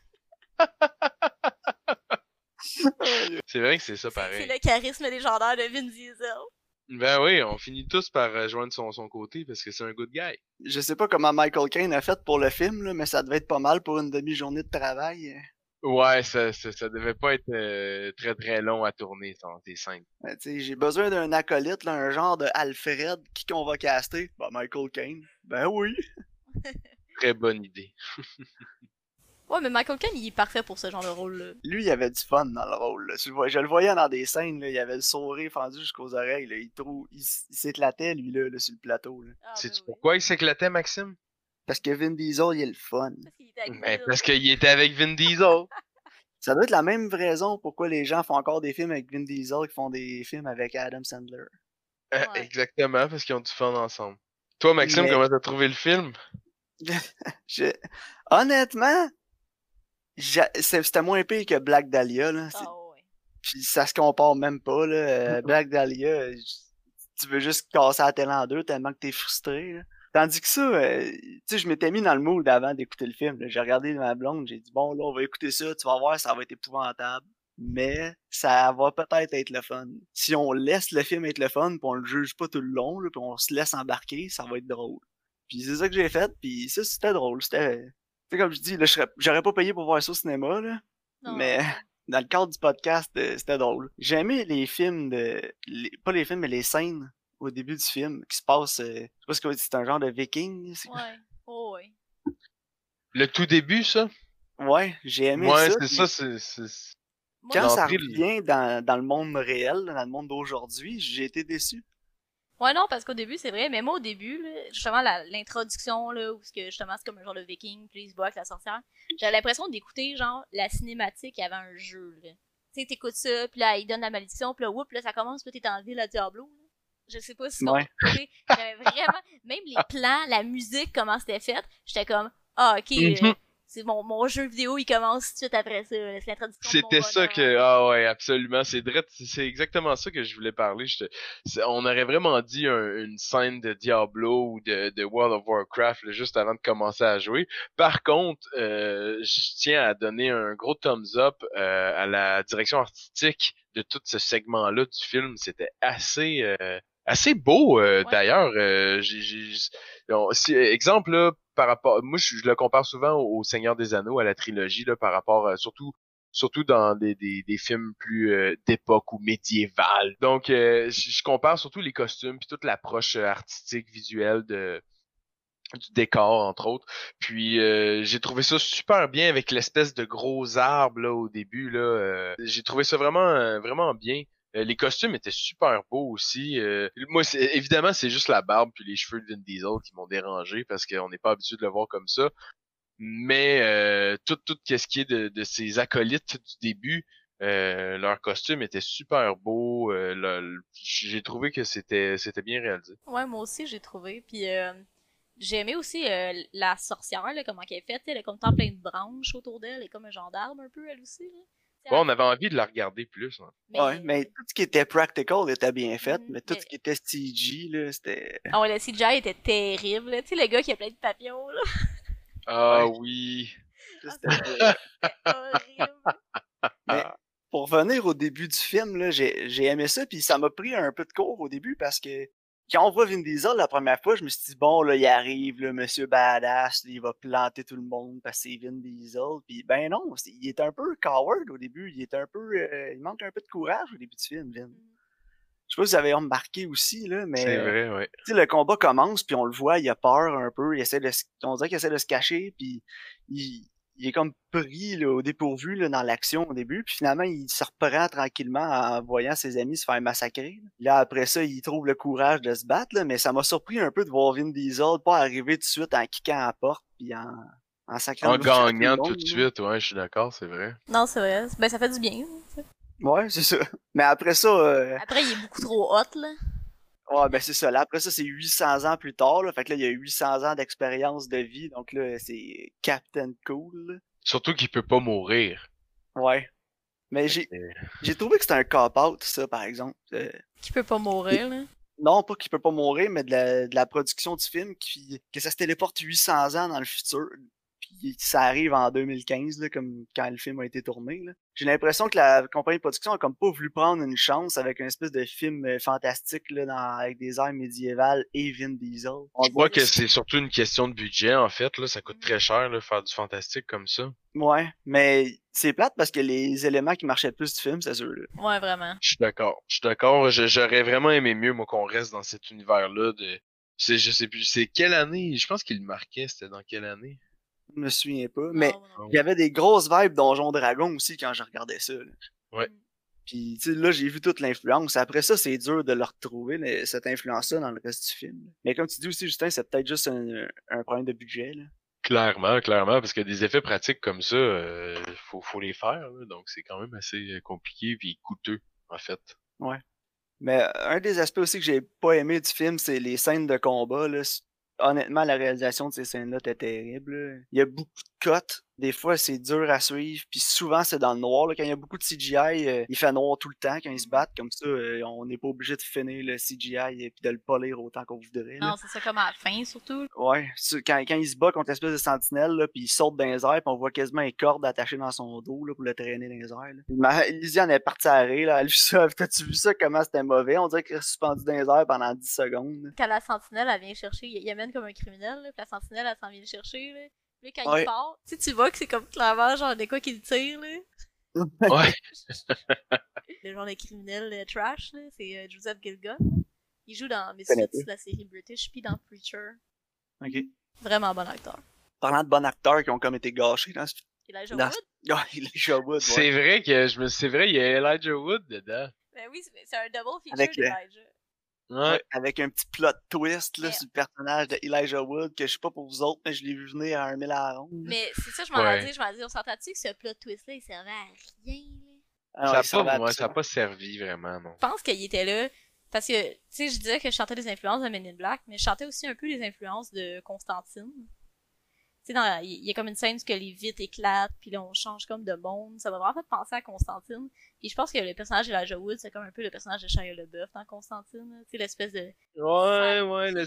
C'est vrai que c'est ça pareil. C'est le charisme légendaire de Vin Diesel. Ben oui, on finit tous par rejoindre son côté parce que c'est un good guy. Je sais pas comment Michael Caine a fait pour le film, là, mais ça devait être pas mal pour une demi-journée de travail. Ouais, ça devait pas être très très long à tourner, ces scènes. Ben, j'ai besoin d'un acolyte, là, un genre de Alfred, qui qu'on va caster? Ben, Michael Caine. Ben oui. Très bonne idée. Ouais, mais Michael Caine, il est parfait pour ce genre de rôle-là. Lui, il avait du fun dans le rôle. Là. Je le voyais dans des scènes, là, il avait le sourire fendu jusqu'aux oreilles. Là. Il s'éclatait, lui, là, sur le plateau. Là. Ah, Sais-tu ben oui. pourquoi il s'éclatait, Maxime? Parce que Vin Diesel, il est le fun. Parce qu'il était avec Ben, Bill. parce qu'il était avec Vin Diesel. Ça doit être la même raison pourquoi les gens font encore des films avec Vin Diesel qui font des films avec Adam Sandler. Ouais. Exactement, parce qu'ils ont du fun ensemble. Toi, Maxime, Mais- comment t'as trouvé le film? Honnêtement, c'était moins pire que Black Dahlia. Là. Ah ouais. Puis ça se compare même pas. Là. Black Dahlia, tu veux juste casser la télé en deux tellement que t'es frustré. Là. Tandis que ça, tu sais, je m'étais mis dans le mood avant d'écouter le film. Là. J'ai regardé ma blonde, j'ai dit bon là, on va écouter ça, tu vas voir, ça va être épouvantable. Mais ça va peut-être être le fun. Si on laisse le film être le fun, puis on le juge pas tout le long, là, puis on se laisse embarquer, ça va être drôle. Puis c'est ça que j'ai fait, puis ça c'était drôle. C'était, tu sais, comme je dis, là, j'aurais pas payé pour voir ça au cinéma, là. Non. Mais dans le cadre du podcast, c'était drôle. J'ai aimé les films pas les films, mais les scènes au début du film qui se passent. Je sais pas si c'est un genre de viking. Ouais. Oh ouais. Le tout début, ça? Ouais, j'ai aimé Ouais, ça. c'est ça, c'est... Moi, Quand ça l'entrée, revient dans le monde réel, dans le monde d'aujourd'hui, j'ai été déçu. ouais, non, parce qu'au début, c'est vrai, mais moi, au début, là, justement, l'introduction, là, où justement, c'est comme un genre de viking, puis il se bat avec la sorcière, j'avais l'impression d'écouter, genre, la cinématique avant un jeu, là. Tu sais, t'écoutes ça, puis là, il donne la malédiction, puis là, whoop, là, ça commence, puis t'es en ville à Diablo, là. Je sais pas si Ouais. j'avais vraiment, même les plans, la musique, comment c'était fait, j'étais comme, ah, ok, Mhm. c'est mon jeu vidéo, il commence tout de suite après ça, là, c'est l'introduction de mon C'était ça bonhomme. que... Ah ouais, absolument. C'est exactement ça que je voulais parler. On aurait vraiment dit une scène de Diablo ou de World of Warcraft là, juste avant de commencer à jouer. Par contre, je tiens à donner un gros thumbs up à la direction artistique de tout ce segment-là du film. C'était assez beau, Ouais. d'ailleurs. Exemple, là, par rapport... Moi, je le compare souvent au Seigneur des Anneaux, à la trilogie, là, par rapport surtout dans des films plus d'époque ou médiévale. Donc, je compare surtout les costumes puis toute l'approche artistique, visuelle du décor, entre autres. Puis, j'ai trouvé ça super bien avec l'espèce de gros arbre là au début. Là, j'ai trouvé ça vraiment bien. Les costumes étaient super beaux aussi. Moi, évidemment, c'est juste la barbe puis les cheveux de Vin Diesel qui m'ont dérangé parce qu'on n'est pas habitué de le voir comme ça. Mais tout ce qui est de ces acolytes du début, Leur costume était super beau. J'ai trouvé que c'était bien réalisé. Ouais, moi aussi, j'ai trouvé. Puis j'ai aimé aussi la sorcière, là, comment qu'elle est faite. Elle est comme tant plein de branches autour d'elle. Elle est comme un gendarme un peu, elle aussi. Là. Bon, on avait envie de la regarder plus. Hein. Ouais, mais tout ce qui était practical était bien fait, mais tout mais- ce qui était CG, là, c'était... Ah ouais, le CGI était terrible. Là. Tu sais, le gars qui a plein de papillons, là. Ah Ouais. oui. Ça, c'était Horrible. Mais pour revenir au début du film, là, j'ai aimé ça, puis ça m'a pris un peu de cours au début parce que quand on voit Vin Diesel la première fois, je me suis dit, bon, là, il arrive, là, Monsieur Badass, là, il va planter tout le monde parce que c'est Vin Diesel. Puis ben non, il est un peu coward au début, il est un peu, il manque un peu de courage au début du film, Vin. Je sais pas si vous avez remarqué aussi, là, C'est mais vrai, ouais. tu sais, le combat commence, puis on le voit, il a peur un peu, on dirait qu'il essaie de se cacher, puis il est comme pris là, au dépourvu là, dans l'action au début, puis finalement, il se reprend tranquillement en voyant ses amis se faire massacrer. Là, après ça, il trouve le courage de se battre, là, mais ça m'a surpris un peu de voir Vin Diesel pas arriver tout de suite en kickant à la porte, puis en sacrant En le tout le gagnant monde, tout de là. suite, ouais, je suis d'accord, c'est vrai. Non, c'est vrai. Ben, ça fait du bien. Ouais, c'est ça. Mais après ça, Après, il est beaucoup trop hot, là. ouais, ben c'est ça. Là, après ça, c'est 800 ans plus tard. Là. Fait que là, il y a 800 ans d'expérience de vie. Donc là, c'est Captain Cool. Là. Surtout qu'il peut pas mourir. Ouais. Mais j'ai trouvé que c'était un cop-out, ça, par exemple. Qui peut pas mourir, là. Non, pas qu'il peut pas mourir, mais de la production du film, que ça se téléporte 800 ans dans le futur. Puis ça arrive en 2015, là, comme quand le film a été tourné. Là. J'ai l'impression que la compagnie de production a comme pas voulu prendre une chance avec une espèce de film fantastique là, avec des airs médiévales et Vin Diesel. Je crois que c'est surtout une question de budget, en fait. Là, ça coûte très cher là, faire du fantastique comme ça. Ouais, mais c'est plate parce que les éléments qui marchaient le plus du film, c'est ceux-là. Ouais, vraiment. Je suis d'accord. Je suis d'accord. J'aurais vraiment aimé mieux, moi, qu'on reste dans cet univers-là de... Je sais plus, c'est quelle année? Je pense qu'il le marquait, c'était dans quelle année? Je me souviens pas, mais Non. il y avait des grosses vibes Donjon Dragon aussi quand je regardais ça. Là. Ouais. Puis tu sais, là, j'ai vu toute l'influence. Après ça, c'est dur de le retrouver, cette influence-là, dans le reste du film. Mais comme tu dis aussi, Justin, c'est peut-être juste un problème de budget. Là. Clairement, parce que des effets pratiques comme ça, faut les faire, là, donc c'est quand même assez compliqué puis coûteux, en fait. Ouais. Mais un des aspects aussi que j'ai pas aimé du film, c'est les scènes de combat. Là. Honnêtement, la réalisation de ces scènes-là était terrible. Là. Il y a beaucoup de cuts. Des fois, c'est dur à suivre. Puis souvent, c'est dans le noir. Là. Quand il y a beaucoup de CGI, il fait noir tout le temps quand ils se battent. Comme ça, on n'est pas obligé de finir le CGI et puis de le polir autant qu'on voudrait. Là. Non, c'est ça comme à la fin, surtout. Ouais, quand il se bat contre l'espèce de sentinelle, là, puis il saute dans les airs, puis on voit quasiment les cordes attachées dans son dos là, pour le traîner dans les airs. Là. Lizzie en est partie à rire, là. Elle a vu ça. T'as-tu vu ça, comment c'était mauvais? On dirait qu'il est suspendu dans les airs pendant 10 secondes. Là. Quand la sentinelle, elle vient chercher, il amène comme un criminel, là, puis la sentinelle, elle s'en vient le chercher, là. Puis quand Ouais. il part, tu vois que c'est comme clairement genre de quoi qu'il tire, là. Ouais. Le genre de criminel trash, là, c'est Joseph Gilgun. Il joue dans connais Misfits, la série British, puis dans Preacher. OK. Vraiment bon acteur. Parlant de bons acteurs qui ont comme été gâchés dans ce Elijah dans- Wood? Ah, Elijah Wood, ouais. C'est vrai que c'est vrai, il y a Elijah Wood dedans. Ben oui, c'est un double feature Avec le- d'Elijah. Ouais. Avec un petit plot twist là, Mais- sur le personnage de Elijah Wood, que je sais pas pour vous autres, mais je l'ai vu venir à 1000 à la ronde. Mais c'est ça, je m'en Ouais. ai dit, on s'entend-tu que ce plot twist-là, il servait à rien, là? Ah, Ça ouais, a ça va pas, ça a pas servi vraiment, non. Je pense qu'il était là parce que, tu sais, je disais que je chantais des influences de Men in Black, mais je chantais aussi un peu les influences de Constantine. Tu sais, il y a comme une scène où que les vitres éclatent, puis là, on change comme de monde. Ça m'a vraiment fait penser à Constantine. Puis je pense que le personnage de Elijah Wood, c'est comme un peu le personnage de Shia LaBeouf dans Constantine. Tu sais, l'espèce de... Ouais,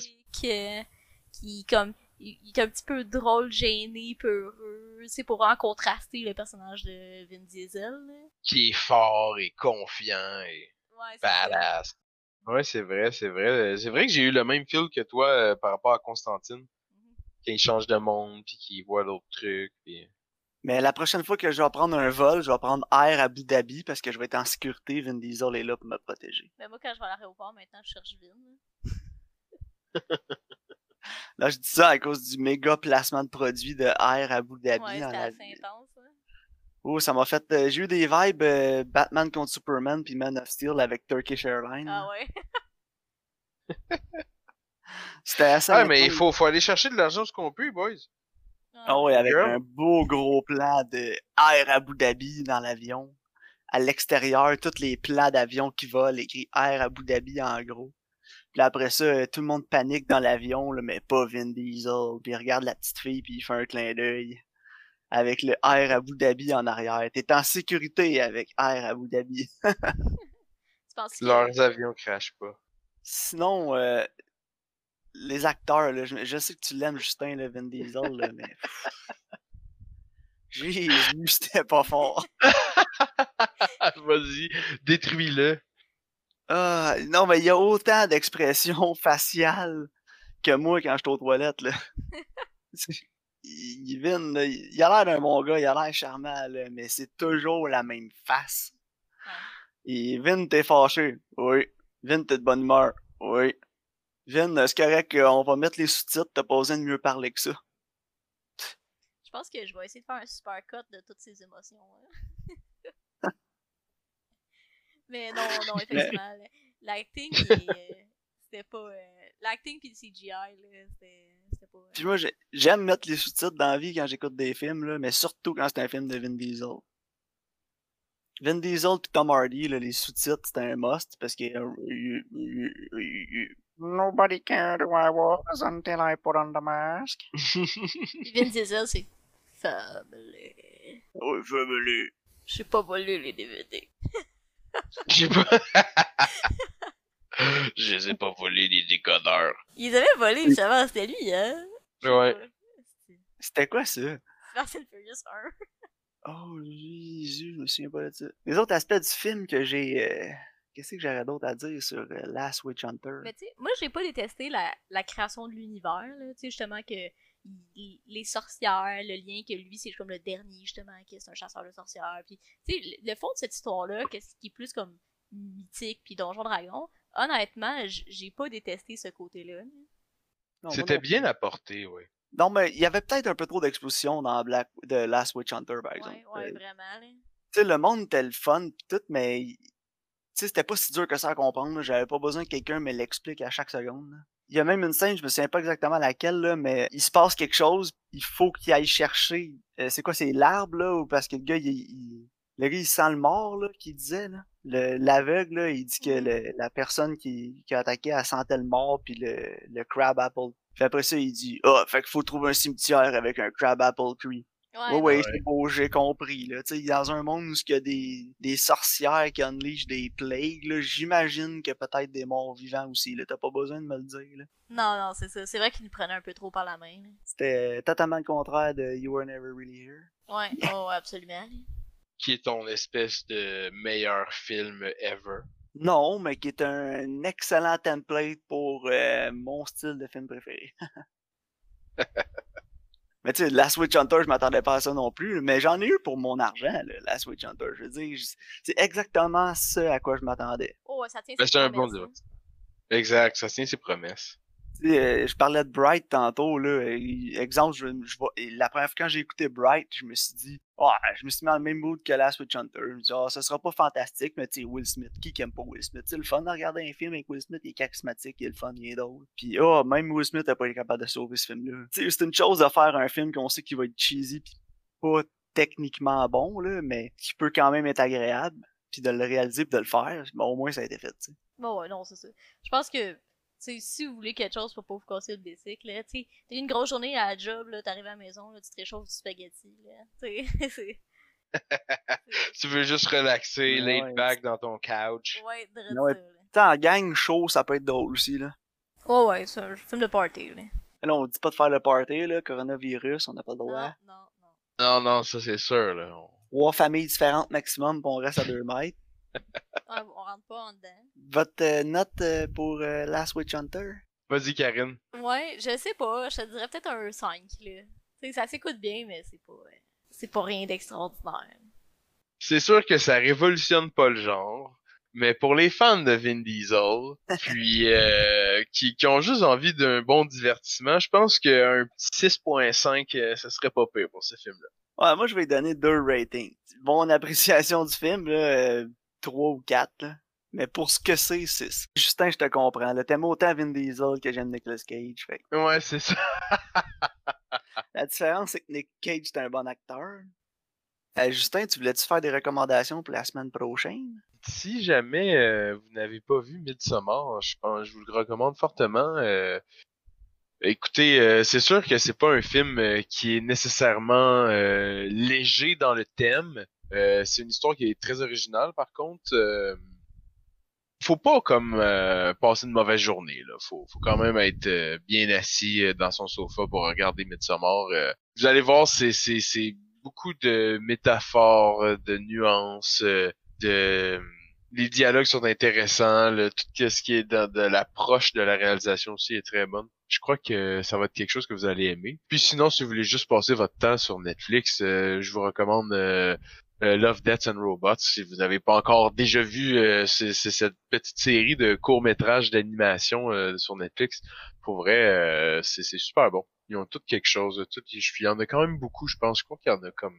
qui comme... Il est un petit peu drôle, gêné, peureux. C'est pour vraiment contraster le personnage de Vin Diesel, là. qui est fort et confiant et Ouais, c'est ça. badass. Ouais, c'est vrai. C'est vrai que j'ai eu le même feel que toi par rapport à Constantine. Mhm. Quand il change de monde, puis qu'il voit d'autres trucs, puis... Mais la prochaine fois que je vais prendre un vol, je vais prendre Air à Abu Dhabi parce que je vais être en sécurité. Vin Diesel est là pour me protéger. Mais moi, quand je vais à l'aéroport, maintenant, je cherche Vin. Là. Là, je dis ça à cause du méga placement de produits de Air à Abu Dhabi. Ouais, dans c'était la assez vie. intense. Hein. Oh, ça m'a fait... j'ai eu des vibes Batman contre Superman puis Man of Steel avec Turkish Airlines. Ah ouais. C'était assez... Ah, mais il faut aller chercher de l'argent ce qu'on peut, boys. Ah ouais, avec Girl. un beau gros plan de Air Abu Dhabi dans l'avion. à l'extérieur, tous les plans d'avion qui volent, écrit Air Abu Dhabi en gros. Puis après ça, tout le monde panique dans l'avion, là, mais pas Vin Diesel. Puis il regarde la petite fille, puis il fait un clin d'œil avec le Air Abu Dhabi en arrière. T'es en sécurité avec Air Abu Dhabi. Tu penses que... Leurs avions crachent pas. Sinon, les acteurs, là, je sais que tu l'aimes, Justin, le Vin Diesel, là, mais... Jésus, c'était pas fort. Vas-y, détruis-le. Ah, non, mais il y a autant d'expressions faciales que moi quand je suis aux toilettes, là. Vin, là, il a l'air d'un bon gars, il a l'air charmant, là, mais c'est toujours la même face. Et Vin, t'es fâché? Oui. Vin, t'es de bonne humeur? Oui. Vin, c'est correct, on va mettre les sous-titres, t'as pas besoin de mieux parler que ça. Je pense que je vais essayer de faire un super cut de toutes ces émotions. Mais non, effectivement, l'acting, c'était pas... l'acting pis le CGI, là, c'était pas... Puis moi, j'aime mettre les sous-titres dans la vie quand j'écoute des films, là, mais surtout quand c'est un film de Vin Diesel. Vin Diesel pis Tom Hardy, là, les sous-titres, c'était un must, parce que... Nobody cared who I was until I put on the mask. Vin Diesel, c'est... Family. Oui, family. J'ai pas volé les DVD. J'ai pas... Je les ai pas volés, les décodeurs. Ils avaient volé, justement, c'était lui, hein? Ouais. C'était quoi ça? Fast and Furious 1. Oh, Jésus, je me souviens pas de ça. Les autres aspects du film que j'ai... Qu'est-ce que j'aurais d'autre à dire sur Last Witch Hunter? Mais tu sais, moi, j'ai pas détesté la création de l'univers, là. Tu sais, justement, que les sorcières, le lien que lui, c'est comme le dernier, justement, qui est un chasseur de sorcières. Puis, tu sais, le fond de cette histoire-là, qu'est-ce qui est plus comme mythique, puis Donjon Dragon, honnêtement, j'ai pas détesté ce côté-là. C'était bien apporté, ouais. Non, mais il y avait peut-être un peu trop d'exposition dans The Last Witch Hunter, par exemple. Ouais, vraiment, là. Tu sais, le monde était le fun pis tout, mais... Tu sais, c'était pas si dur que ça à comprendre, là. J'avais pas besoin que quelqu'un me l'explique à chaque seconde, là. Il y a même une scène, je me souviens pas exactement laquelle, là, mais il se passe quelque chose, il faut qu'il aille chercher... c'est quoi, c'est l'arbre, là, ou parce que le gars, le gars, il sent le mort, là, qu'il disait, là. L'aveugle, là, il dit que la personne qui a attaqué, elle sentait le mort, puis le crab apple. Puis après ça, il dit, fait qu'il faut trouver un cimetière avec un crab apple tree. Ouais, c'est beau, j'ai compris, là. Tu sais, dans un monde où il y a des sorcières qui unleash des plagues, là, j'imagine qu'il y a peut-être des morts vivants aussi, là. T'as pas besoin de me le dire, là. Non, c'est ça. C'est vrai qu'il nous prenait un peu trop par la main, là. C'était totalement le contraire de You Were Never Really Here. Ouais, absolument. Qui est ton espèce de meilleur film ever? Non, mais qui est un excellent template pour mon style de film préféré. Mais tu sais, Last Witch Hunter, je m'attendais pas à ça non plus, mais j'en ai eu pour mon argent, là, Last Witch Hunter. Je veux dire, c'est exactement ce à quoi je m'attendais. Oh, ça tient Ben, ses c'est un promesses, bon hein. divertissement. Exact, ça tient ses promesses. Tu sais, je parlais de Bright tantôt, là. Exemple, la première fois quand j'ai écouté Bright, je me suis dit, je me suis mis dans le même mood que Last Witch Hunter. Je me suis dit, ça sera pas fantastique, mais tu sais, Will Smith, qui aime pas Will Smith? C'est le fun de regarder un film avec Will Smith, il est charismatique, il est le fun, il est drôle. Puis, même Will Smith a pas été capable de sauver ce film-là. Tu sais, c'est une chose de faire un film qu'on sait qu'il va être cheesy pis pas techniquement bon, là, mais qui peut quand même être agréable, puis de le réaliser pis de le faire, bon, au moins ça a été fait, tu sais. Bon, ouais, non, c'est ça. Je pense que, tu sais, si vous voulez quelque chose pour pas vous casser le bicycle, là, tu sais, t'as eu une grosse journée à la job, là, t'arrives à la maison, là, tu te réchauffes du spaghetti, là, tu sais, c'est... Tu veux juste relaxer, Ouais. laid back dans ton couch. Ouais, drôle Ouais. ça, là. Tu sais, en gang chaud, ça peut être drôle aussi, là. Oh, ouais, c'est un film de party, là. Mais là, on dit pas de faire le party, là, coronavirus, on n'a pas le droit. Non. Non, ça c'est sûr, là. 3 familles différentes maximum, pis on reste à 2 mètres. Ouais, on rentre pas en dedans. Votre note pour Last Witch Hunter? Vas-y, Karine. Ouais, je sais pas, je te dirais peut-être un 5, là. Tu sais, ça s'écoute bien, mais c'est pas rien d'extraordinaire. C'est sûr que ça révolutionne pas le genre, mais pour les fans de Vin Diesel, puis qui ont juste envie d'un bon divertissement, je pense qu'un petit 6.5, ça serait pas pire pour ce film-là. Ouais, moi je vais lui donner 2 ratings. Bon appréciation du film, là, 3 ou 4, là. Mais pour ce que c'est, 6. Justin, je te comprends, là. T'aimes autant Vin Diesel que j'aime Nicolas Cage, fait que Ouais, c'est ça. la différence, c'est que Nick Cage, c'est un bon acteur. Justin, tu voulais-tu faire des recommandations pour la semaine prochaine? Si jamais vous n'avez pas vu Midsommar, je vous le recommande fortement. Écoutez, c'est sûr que c'est pas un film qui est nécessairement léger dans le thème. C'est une histoire qui est très originale, par contre. Faut pas comme passer une mauvaise journée, là. Faut quand même être bien assis dans son sofa pour regarder Midsommar. Vous allez voir, c'est beaucoup de métaphores, de nuances, de les dialogues sont intéressants, tout ce qui est de l'approche de la réalisation aussi est très bonne. Je crois que ça va être quelque chose que vous allez aimer. Puis sinon, si vous voulez juste passer votre temps sur Netflix, je vous recommande Love, Death and Robots. Si vous n'avez pas encore déjà vu c'est cette petite série de courts-métrages d'animation sur Netflix, pour vrai, c'est super bon. Ils ont tout quelque chose. Il y en a quand même beaucoup, je pense. Je crois qu'il y en a comme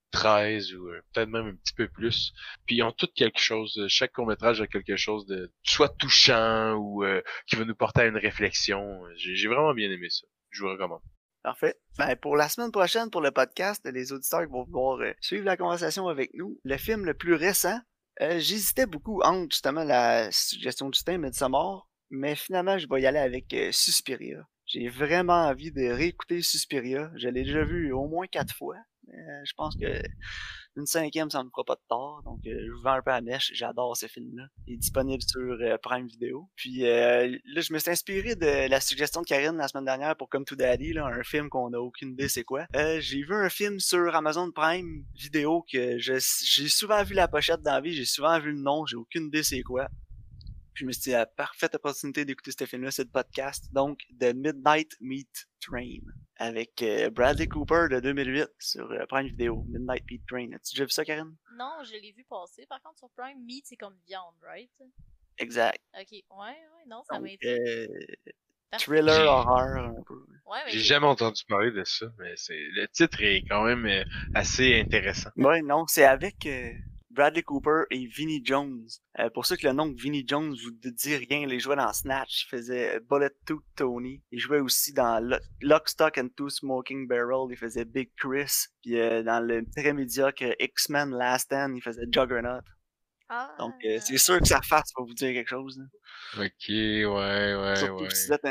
13 ou peut-être même un petit peu plus. Puis ils ont tout quelque chose. Chaque court-métrage a quelque chose de soit touchant ou qui va nous porter à une réflexion. J'ai vraiment bien aimé ça. Je vous recommande. Parfait. Ben, pour la semaine prochaine, pour le podcast, les auditeurs qui vont pouvoir suivre la conversation avec nous, le film le plus récent, j'hésitais beaucoup entre justement la suggestion de Justin, Midsommar, mais finalement, je vais y aller avec Suspiria. J'ai vraiment envie de réécouter Suspiria. Je l'ai déjà vu au moins 4 fois. Je pense que une 5e, ça me fera pas de tort. Donc, je vous vends un peu à mèche. J'adore ce film-là. Il est disponible sur Prime Video. Puis là, je me suis inspiré de la suggestion de Karine la semaine dernière pour Come to Daddy, là, un film qu'on a aucune idée c'est quoi. J'ai vu un film sur Amazon Prime Vidéo que j'ai souvent vu la pochette dans la vie, j'ai souvent vu le nom, j'ai aucune idée c'est quoi. Puis je me suis dit, la parfaite opportunité d'écouter ce film-là, c'est le podcast. Donc, The Midnight Meat Train, avec Bradley Cooper de 2008 sur Prime Video. Midnight Meat Train. As-tu déjà vu ça, Karine? Non, je l'ai vu passer. Par contre, sur Prime, meat, c'est comme viande, right? Exact. Ok, ouais, non, ça Donc, m'intrigue. thriller, horreur, un peu. Ouais, mais J'ai jamais entendu parler de ça, mais le titre est quand même assez intéressant. Ouais, non, c'est avec Bradley Cooper et Vinnie Jones. Pour ceux que le nom de Vinnie Jones vous dit rien, il jouait dans Snatch, il faisait Bullet Tooth Tony. Il jouait aussi dans Lock, Stock and Two Smoking Barrel, il faisait Big Chris. Puis dans le très médiocre X-Men Last Stand, il faisait Juggernaut. Ah. Donc c'est sûr que sa face va vous dire quelque chose. Là. Ok, ouais. Surtout si vous êtes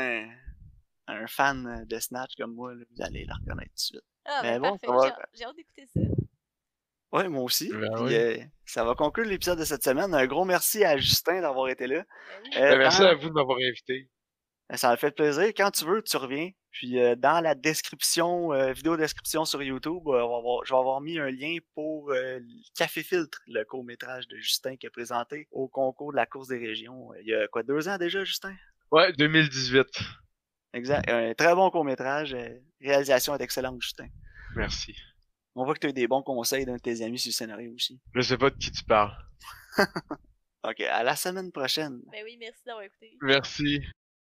un fan de Snatch comme moi, là, vous allez la reconnaître tout de suite. Ah, Mais ben bon, parfait, j'ai hâte d'écouter ça. Ouais, moi aussi. Ben Puis, oui. ça va conclure l'épisode de cette semaine. Un gros merci à Justin d'avoir été là. Ben oui. Merci à vous de m'avoir invité. Ça m'a fait plaisir. Quand tu veux, tu reviens. Puis dans la description, vidéo description sur YouTube, je vais avoir mis un lien pour Café Filtre, le court-métrage de Justin qui a présenté au concours de la course des régions. Il y a quoi, 2 ans déjà, Justin? Ouais, 2018. Exact. Un très bon court-métrage. Réalisation est excellente, Justin. Merci. On voit que tu as eu des bons conseils d'un de tes amis sur le scénario aussi. Je sais pas de qui tu parles. OK, à la semaine prochaine. Ben oui, merci d'avoir écouté. Merci.